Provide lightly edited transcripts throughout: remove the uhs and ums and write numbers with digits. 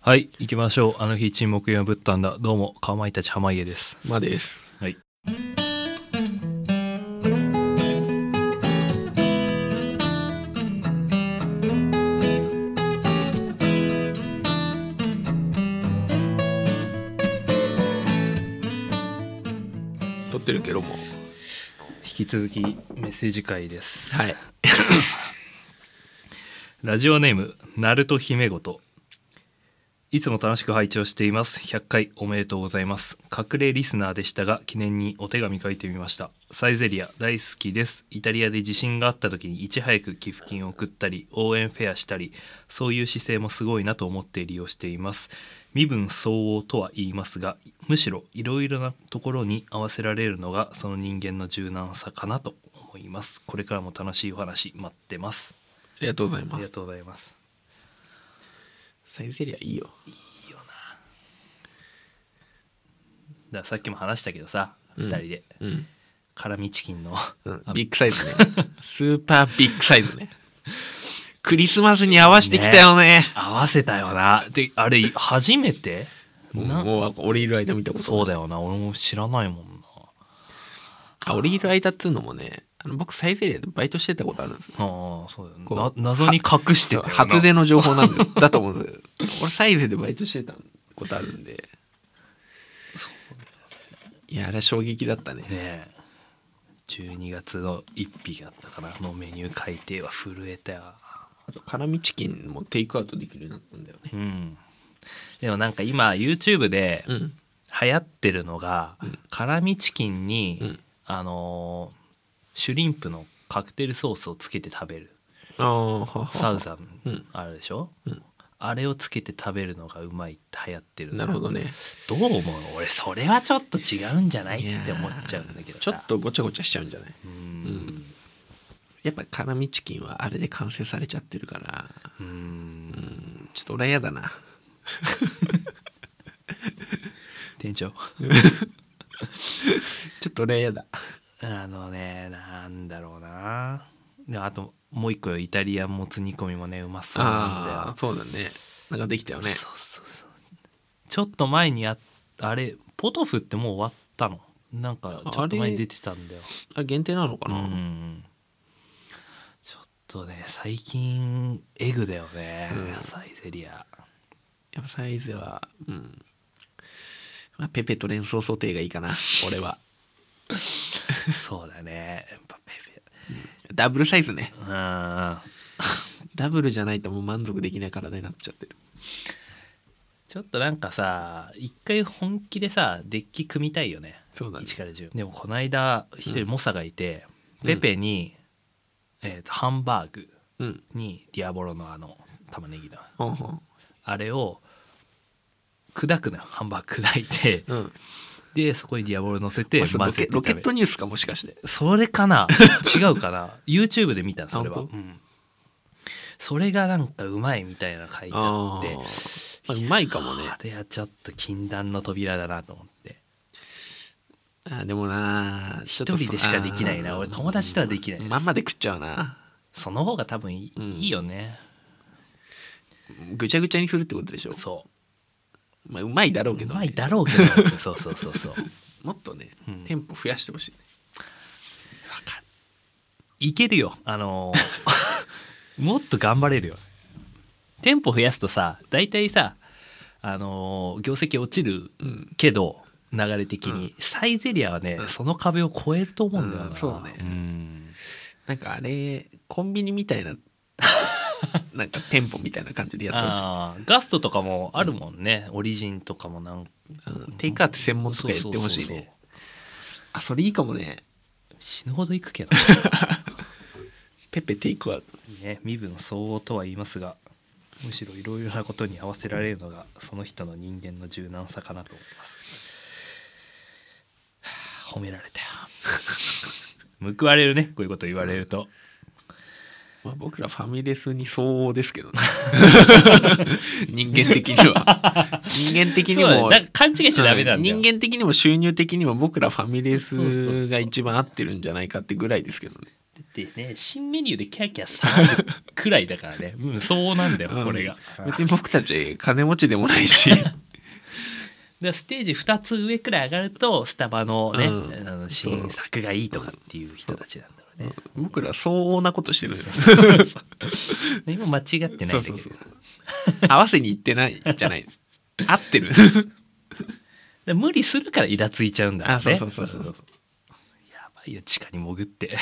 はい、行きましょう。あの日沈黙を破ったんだ。どうも、かまいたち濱家です。 まあです。 はい。 撮ってるけども。 引き続きメッセージ会です。 はい。 ラジオネーム、ナルト姫ごと。いつも楽しく拝聴しています。100回おめでとうございます。隠れリスナーでしたが記念にお手紙書いてみました。サイゼリア大好きです。イタリアで地震があった時にいち早く寄付金を送ったり応援フェアしたり、そういう姿勢もすごいなと思って利用しています。身分相応とは言いますが、むしろいろいろなところに合わせられるのがその人間の柔軟さかなと思います。これからも楽しいお話待ってます。 ありがとうございます。 ありがとうございます。 サイゼリアいいよ。 いいよな。だからさっきも話したけどさ、2人で、辛味チキンの、 ビッグサイズね。スーパービッグサイズね。クリスマスに合わせてきたよね。 合わせたよな。で、あれ初めてもう俺いる間見たことない。 そうだよな、俺も知らないもんな。 俺いる間っつうのもね、僕サイゼリアでバイトしてたことあるんですよ。 ああ、そうだよね。謎に隠してたよな。 初出の情報なんですだと思うんですけど、俺サイゼでバイトしてたことあるんで。 そういや、あれは衝撃だったね。 ねえ、12月の1日だったかなのメニュー改定は震えたよ。 あと辛味チキンもテイクアウトできるようになったんだよね。 でもなんか今 YouTube で流行ってるのが、辛味チキンに、シュリンプのカクテルソースをつけて食べるサウザンあるでしょ、あれをつけて食べるのがうまいって流行ってる。 なるほどね。 どう思う？俺それはちょっと違うんじゃないって思っちゃうんだけど、 ちょっとごちゃごちゃしちゃうんじゃない？やっぱ辛味チキンはあれで完成されちゃってるから、ちょっと俺は嫌だな。 店長ちょっと俺は嫌だ。 なんだろうな。で、あともう一個イタリアンもつ煮込みもねうまそうなんだよ。 ああ、そうだね。なんかできたよね。 そうちょっと前にあれポトフってもう終わったの？なんかちょっと前に出てたんだよ。 あれ限定なのかな？ ちょっとね最近エグだよね、サイゼリア。 やっぱサイゼはペペと連想想定がいいかな俺は。 そうだね、やっぱペペ、 ダブルサイズね。ダブルじゃないともう満足できない体になっちゃってる。 ちょっとなんかさ、一回本気でさデッキ組みたいよね。 そうだね。 1から10。でもこの間一人猛者がいて、ペペに、ハンバーグにディアボロの玉ねぎの、あれを砕くのよ。ハンバーグ砕いて、でそこにディアボロ乗せて混ぜてロケットニュースかもしかして。 それかな違うかな。 YouTube で見たそれは。それがなんかうまいみたいな書いてあって、 うまいかもね。 あれはちょっと禁断の扉だなと思って。 でもな、 一人でしかできないな。俺友達とはできない。 まんまで食っちゃうな。 その方が多分いいよね。 ぐちゃぐちゃにするってことでしょ。 そう、 まあうまいだろうけど、 うまいだろうけどそうもっとね、店舗増やしてほしい。 わかる。いけるよ。もっと頑張れるよ。店舗増やすとさ、大体さ、業績落ちるけど、流れ的に、サイゼリアはね、その壁を越えると思うんだよな。 そうね。なんかあれコンビニみたいななんか店舗みたいな感じでやってほしい。 ガストとかもあるもんね、オリジンとかもテイクアウト専門とかやってほしいね。それいいかもね。 死ぬほど行くけどペペテイクアウトね。身分相応とは言いますが、むしろいろいろなことに合わせられるのがその人の人間の柔軟さかなと思います。褒められたよ報われるね、こういうこと言われると。 僕らファミレスに相応ですけどね。人間的には。人間的にも勘違いしちゃダメなんだよ。 人間的にも収入的にも僕らファミレスが一番合ってるんじゃないかってぐらいですけどね。 ってね新メニューでキャーキャー騒ぐくらいだからね、うん、そうなんだよ、これが別に僕たち金持ちでもないしでステージ2つ上くらい上がるとスタバのね、新作がいいとかっていう人たちなんだろうね、 僕ら相応なことしてるんです今間違ってないんだけど、 合わせに行ってないじゃないです合ってるで無理するからイラついちゃうんだよね。 そうやばいよ地下に潜ってあ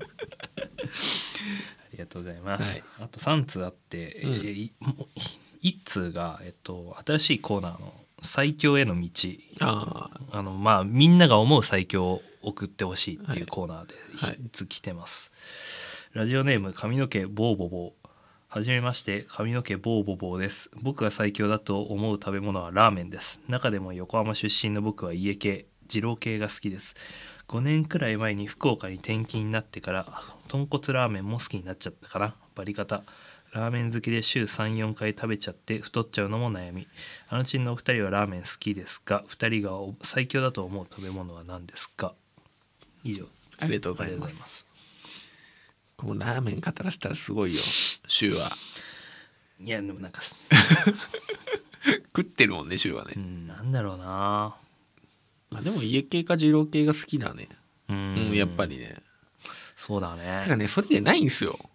りがとうございます、はい、あと3通あって、1通が、新しいコーナーの最強への道、まあみんなが思う最強を送ってほしいっていうコーナーで1つ来てます、ラジオネーム髪の毛ボーボボー。はじめまして、髪の毛ボーボボーです。僕が最強だと思う食べ物はラーメンです。中でも横浜出身の僕は家系、二郎系が好きです。5年くらい前に福岡に転勤になってから豚骨ラーメンも好きになっちゃったかな。バリ方。ラーメン好きで週 3,4 回食べちゃって太っちゃうのも悩み。あのちんのお二人はラーメン好きですか？二人が最強だと思う食べ物は何ですか？以上。 ありがとうございます。このラーメン語らせたらすごいよ、シュウは。 いやでもなんか食ってるもんね、シュウはね。 なんだろうな。 まあでも家系か二郎系が好きだね。やっぱりね。 そうだね。 なんかね、それでないんですよ。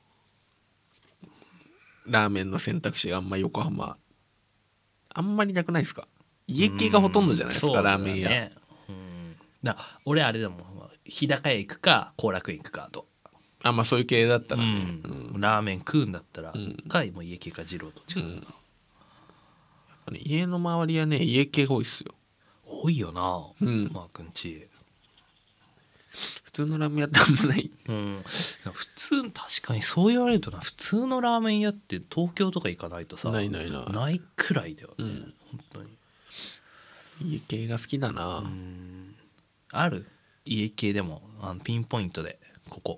ラーメンの選択肢があんま横浜あんまりなくないですか？家系がほとんどじゃないですか、ラーメン屋。 俺あれだもん、日高屋行くか後楽園行くかと。 まあそういう系だったらね、 ラーメン食うんだったら、かもう家系か二郎と違う、やっぱね、家の周りはね家系が多いっすよ。 多いよな、マー君ち。 普通のラーメン屋ってあんまない、 普通確かにそう言われるとな、普通のラーメン屋って東京とか行かないとさないくらいだよね、本当に。 家系が好きだな。 ある家系でもピンポイントでここ、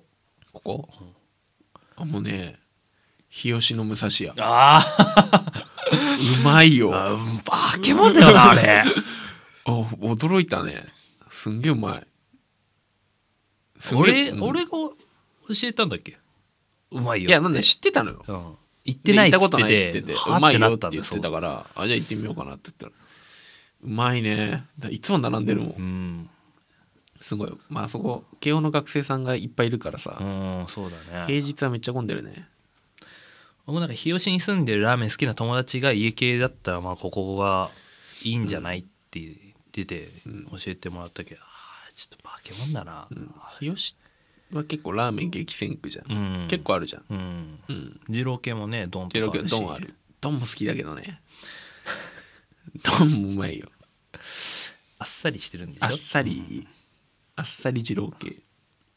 もうね日吉の武蔵屋。 うまいよ。 化け物だよなあれ驚いたね。すんげえうまい。 俺が教えたんだっけ、うまいよって。 いやなんで知ってたのよ、 行ってないっつってて、 うまいよって言ってたから、じゃあ行ってみようかなって言ったらうまいね。いつも並んでるもん、すごい。まあそこ慶応の学生さんがいっぱいいるからさ、 そうだね。 平日はめっちゃ混んでるね。 僕なんか日吉に住んでるラーメン好きな友達が家系だったらまあここがいいんじゃないって言ってて教えてもらったけど、ちょっと化け物だな、 日吉は結構ラーメン激戦区じゃん、結構あるじゃん、二郎系もね、ドンとかあるし。 ドンある。ドンも好きだけどねドンもうまいよ。 あっさりしてるんでしょ。 あっさり二郎系。 い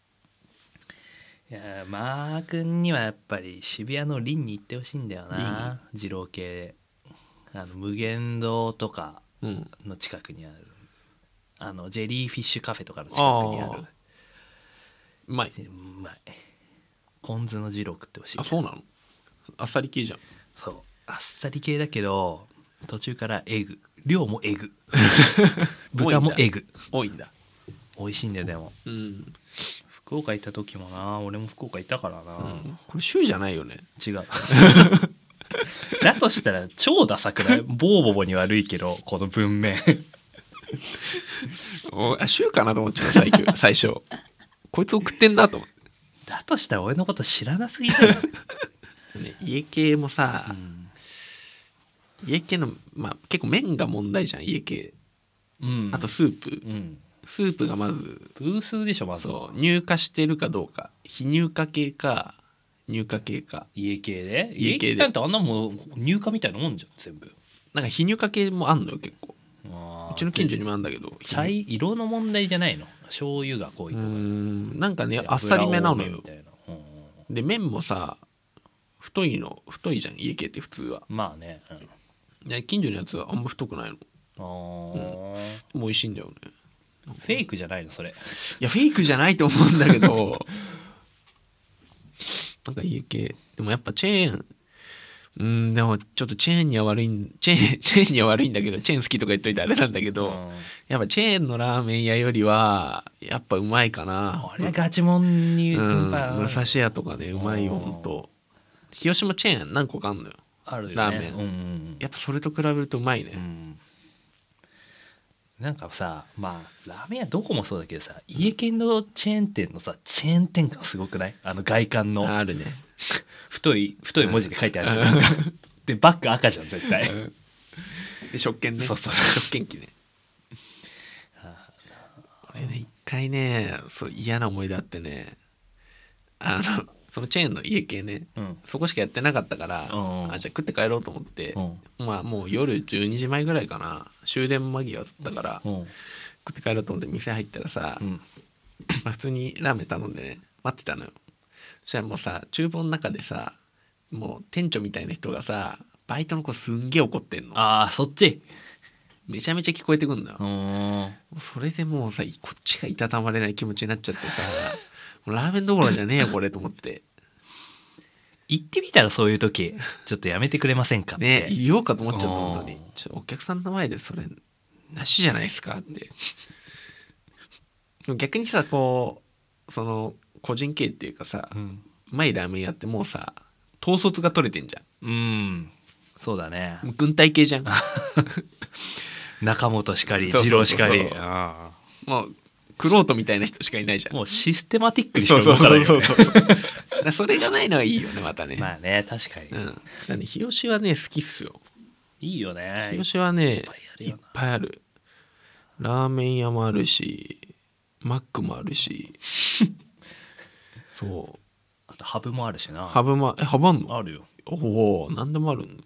やマー君にはやっぱり渋谷の林に行ってほしいんだよな、二郎系。無限堂とかの近くにある、ジェリーフィッシュカフェとかの近くにある。 うまい。 ポン酢の二郎食ってほしい。 そうなの？あっさり系じゃん。 そう、あっさり系だけど途中からエグ、量もエグ豚もエグ多いんだ。 美味しいんだよ。でも、福岡行った時もな、俺も福岡行ったからな、 これ州じゃないよね。 違うだとしたら超ダサくない？ボーボボに悪いけどこの文面州かなと思っちゃった最初こいつ送ってんだと思って。 だとしたら俺のこと知らなすぎる家系もさ、家系の結構麺が問題じゃん家系、あとスープ、スープがまず偶数でしょ。まずそう乳化してるかどうか、非乳化系か乳化系か。 家系で家系なんてあんなもん乳化みたいなもんじゃん全部。 なんか非乳化系もあんのよ結構。うちの近所にもあるんだけど、 色の問題じゃないの？醤油が濃いとか。 なんかねあっさりめなのよ。で麺もさ太いじゃん家系って普通は。 まあね、 近所のやつはあんま太くないの。もう美味しいんだよね。 フェイクじゃないのそれ？ いやフェイクじゃないと思うんだけどなんか家系でもやっぱチェーンでもちょっとチェーンには悪いんだけど、チェーン好きとか言っといてあれなんだけど、やっぱチェーンのラーメン屋よりはやっぱうまいかな。 俺ガチモンに武蔵屋とかねうまいよほんと。広島チェーン何個かあんのよ、 あるよね、 ラーメン、やっぱそれと比べるとうまいね、 なんかさ、まあラーメン屋どこもそうだけどさ、家系のチェーン店のさチェーン店感すごくない？外観のあるね太い文字で書いてあるじゃん、でバッグ赤じゃん絶対、 で食券ね、 そう食券機ね俺ね一回ねそう嫌な思い出あってね、そのチェーンの家系ね、そこしかやってなかったから、じゃあ食って帰ろうと思って、まあもう夜12時前ぐらいかな、終電間際だったから、食って帰ろうと思って店入ったらさ、まあ普通にラーメン頼んでね待ってたのよ。そしたらもうさ厨房の中でさ、もう店長みたいな人がさバイトの子すんげえ怒ってんの。 ああそっちめちゃめちゃ聞こえてくんのよ。それでもうさこっちがいたたまれない気持ちになっちゃってさもうラーメンどころじゃねえよこれと思って行ってみたら、そういう時ちょっとやめてくれませんかってね言おうかと思っちゃった本当に。お客さんの前でそれなしじゃないですかって。でも逆にさこうその個人経営っていうかさ、うまいラーメン屋ってもうさ統率が取れてんじゃん。 そうだね、 もう軍隊系じゃん中本しかり二郎しかり、 もうクロートみたいな人しかいないじゃん。 もうシステマティックにしか動かないよね。 それがないのはいいよねまたね。 まあね確かに、 だね日吉はね好きっすよ。 いいよね。 日吉はねいっぱいある。ラーメン屋もあるしマックもあるしそうあとハブもあるしな。 ハブもハブあんの？ あるよ。 おお何でもあるん。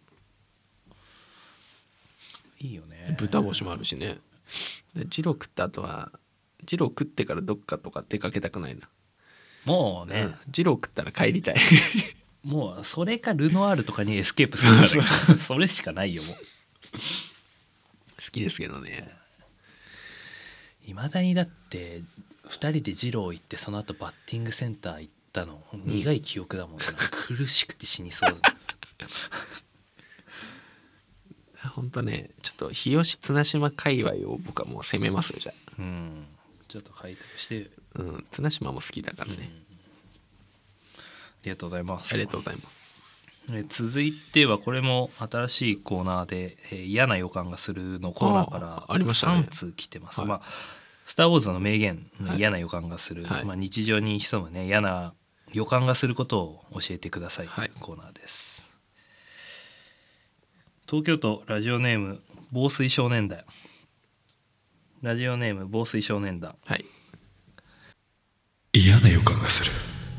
いいよね。 豚星もあるしね。でジロ食った後はジロ食ってからどっかとか出かけたくないな。 もうね、 ジロ食ったら帰りたいもうそれかルノアールとかにエスケープするからそれしかないよもう。 好きですけどね。 いまだにだって2人でジロー行ってその後バッティングセンター行ったの苦い記憶だもんな、苦しくて死にそうほんとねちょっと日吉綱島界隈を僕はもう攻めますよじゃあ。 ちょっと開拓して、 綱島も好きだからね、 ありがとうございます。 ありがとうございます。 続いてはこれも新しいコーナーで、嫌な予感がするのコーナーからありましたね。 3通来てます、スターウォーズの名言、嫌な予感がする、日常に潜むね嫌な予感がすることを教えてください、コーナーです。東京都ラジオネーム防水少年団。ラジオネーム防水少年団。 嫌な予感がする。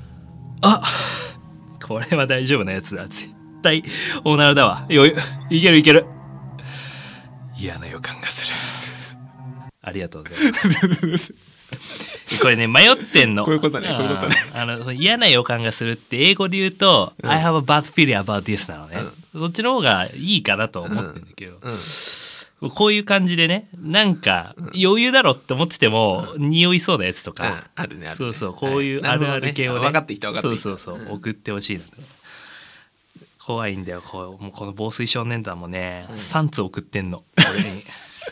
これは大丈夫なやつだ。絶対おならだわ。いける。嫌な予感がする。ありがとうございますこれね迷ってんの。 こういうことね。 嫌な予感がするって英語で言うと、I have a bad feeling about this なのね、そっちの方がいいかなと思ってるんだけど、こういう感じでねなんか余裕だろって思ってても、匂いそうなやつとか、 あるね。 そうこういうあるある系をね、 分かってきたそう送ってほしいの。怖いんだよもうこの防水少年団もね、3通送ってんの俺に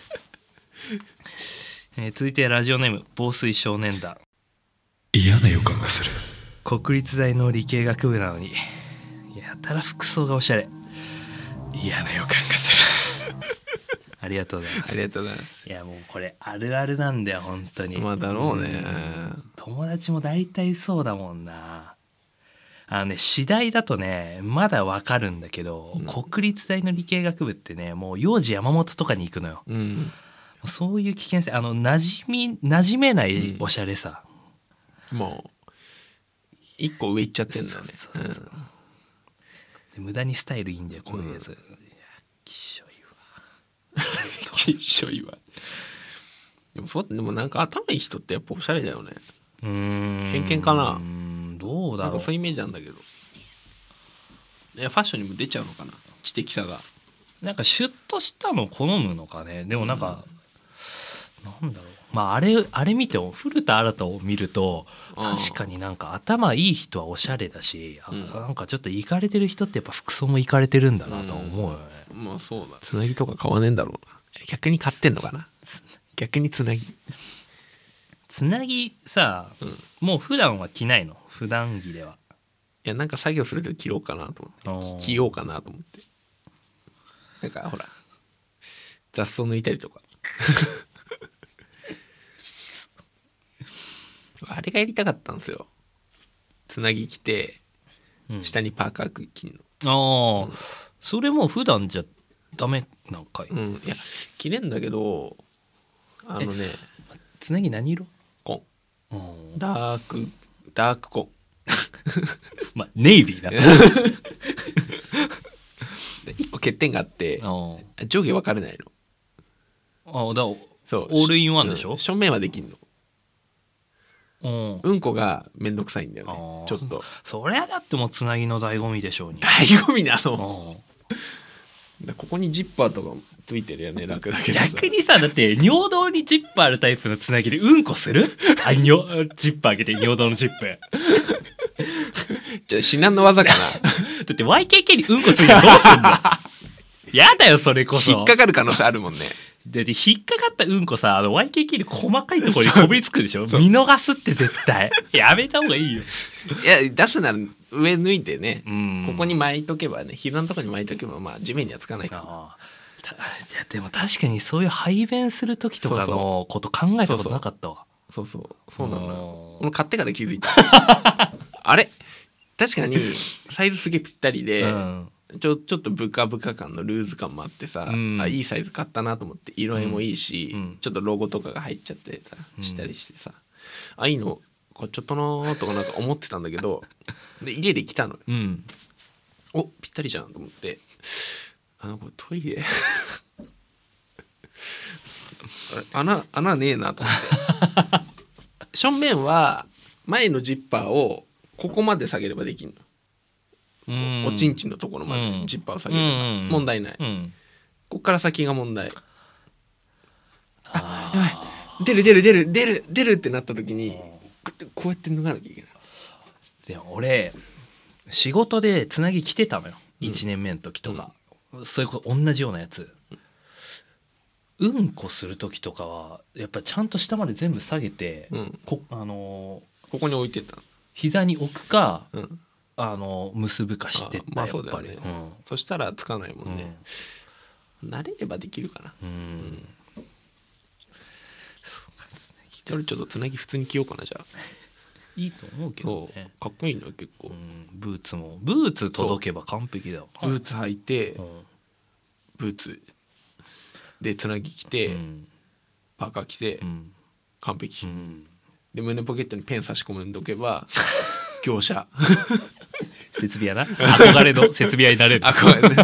続いてラジオネーム防水少年団。 嫌な予感がする。 国立大の理系学部なのにやたら服装がおしゃれ。 嫌な予感がするありがとうございます。 ありがとうございます。 いやもうこれあるあるなんだよ本当に。 まあだろうね。 友達も大体そうだもんな。次第だとねまだわかるんだけど、国立大の理系学部ってねもう幼児山本とかに行くのよ、そういう危険性、馴染めないおしゃれさ、 もう一個上行っちゃってんだよね。 で無駄にスタイルいいんだよこういうやつ、きっしょいわでもなんか頭いい人ってやっぱおしゃれだよね。偏見かな。 どうだろう。 そういうイメージなんだけど、ファッションにも出ちゃうのかな、知的さが。 なんかシュッとしたの好むのかね。でもなんか、なんだろうまああれ見ても古田新太を見ると確かになんか頭いい人はおしゃれだし、なんかちょっとイカれてる人ってやっぱ服装もイカれてるんだなと思うよね。 まあそうだ、つなぎとか買わねえんだろうな。逆に買ってんのかな。逆につなぎさ、もう普段は着ないの？普段着では。 いやなんか作業すると着ようかなと思って、着ようかなと思って、なんかほら雑草抜いたりとかあれがやりたかったんですよ。つなぎ着て、下にパーカー着んの。それも普段じゃダメなんかい。 いや着れんだけど、 つなぎ何色？ 紺。ダーク紺。 まあネイビーだ。 一個欠点があって上下分かれないの。 そう、オールインワンでしょ。 正面はできんの。うんこがめんどくさいんだよね。ちょっとそりゃだってもうつなぎの醍醐味でしょうに。 醍醐味なの。ここにジッパーとかついてるよね、楽だけど。 逆にさ、だって尿道にジッパーあるタイプのつなぎでうんこする？ジッパー開けて尿道のジップ。 じゃあ至難の技かな。 だって YKK にうんこついてどうすんの？やだよそれこそ。 引っかかる可能性あるもんね。 で引っかかったうんこさ、YKK に細かいところにこびりつくでしょ。見逃すって絶対やめた方がいいよ。 いや出すなら上抜いてね、ここに巻いとけばね、膝のところに巻いとけばまあ地面にはつかないから。 いやでも確かにそういう排便する時とかのこと考えたことなかったわ。 そうなのよ。俺買ってから気づいた。あれ確かにサイズすげえぴったりで、ちょっとブカブカ感のルーズ感もあってさ、いいサイズ買ったなと思って、色合いもいいし、ちょっとロゴとかが入っちゃってさしたりしてさ、いいの買っちゃったなーとかなんか思ってたんだけど、で家で来たのよ。おぴったりじゃんと思って、これトイレ穴ねえなと思って正面は前のジッパーをここまで下げればできるの。おちんちんのところまでジッパーを下げれば問題ない。こっから先が問題。やばい、出るってなった時にこうやって脱がなきゃいけない。 でも俺仕事でつなぎ着てたのよ、1年目の時とか、そういうこと同じようなやつ。うんこする時とかはやっぱちゃんと下まで全部下げて、 ここに置いてた。 膝に置くか、結ぶかしてった。 まあそうだよね。そしたらつかないもんね。慣れればできるかな。俺ちょっとつなぎ普通に着ようかな。じゃあいいと思うけどね。 かっこいいのよ結構。 ブーツ届けば完璧だよ。 ブーツ履いて、ブーツでつなぎ着て、パーカー着て、完璧。で胸ポケットにペン差し込んでおけば業者。 設備屋な。憧れの設備屋になれる。 憧れね。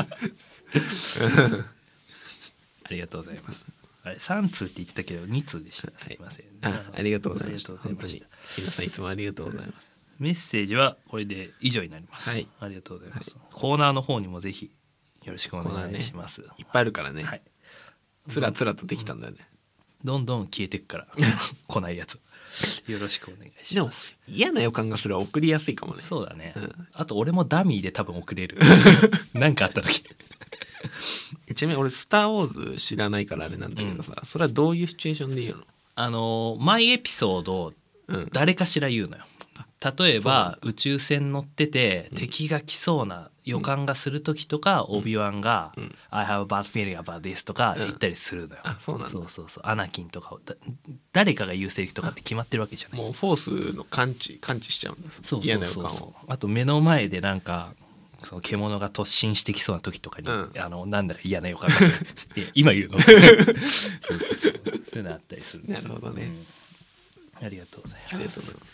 ありがとうございます。あれ3通って言ったけど2通でした。すいません。 ありがとうございました。本当に皆さんいつもありがとうございます。 メッセージはこれで以上になります。ありがとうございます。コーナーの方にもぜひよろしくお願いします。 いっぱいあるからね。つらつらとできたんだよね。 どんどん消えてくから来ないやつ。よろしくお願いします。 でも嫌な予感がするは送りやすいかもね。 そうだね。あと俺もダミーで多分送れる。なんかあった時。 ちなみに俺スター・ウォーズ知らないからあれなんだけどさ、それはどういうシチュエーションで言うの？マイエピソードを誰かしら言うのよ。例えば宇宙船乗ってて敵が来そうな予感がする時とか、オビワンが「I have a bad feeling about this」とか言ったりするのよ。そうアナキンとか誰かが言うセリフとかって決まってるわけじゃない。 もうフォースの感知しちゃうんだ。嫌な予感を。 あと目の前でなんかその獣が突進してきそうな時とかに、なんだか嫌な予感がする。いや今言うの。そういうのあったりするんですよ。 なるほどね。 ありがとうございます。 ありがとうございます。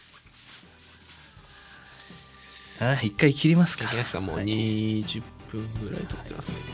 一回切りますか。 もう20分ぐらい撮ってますね。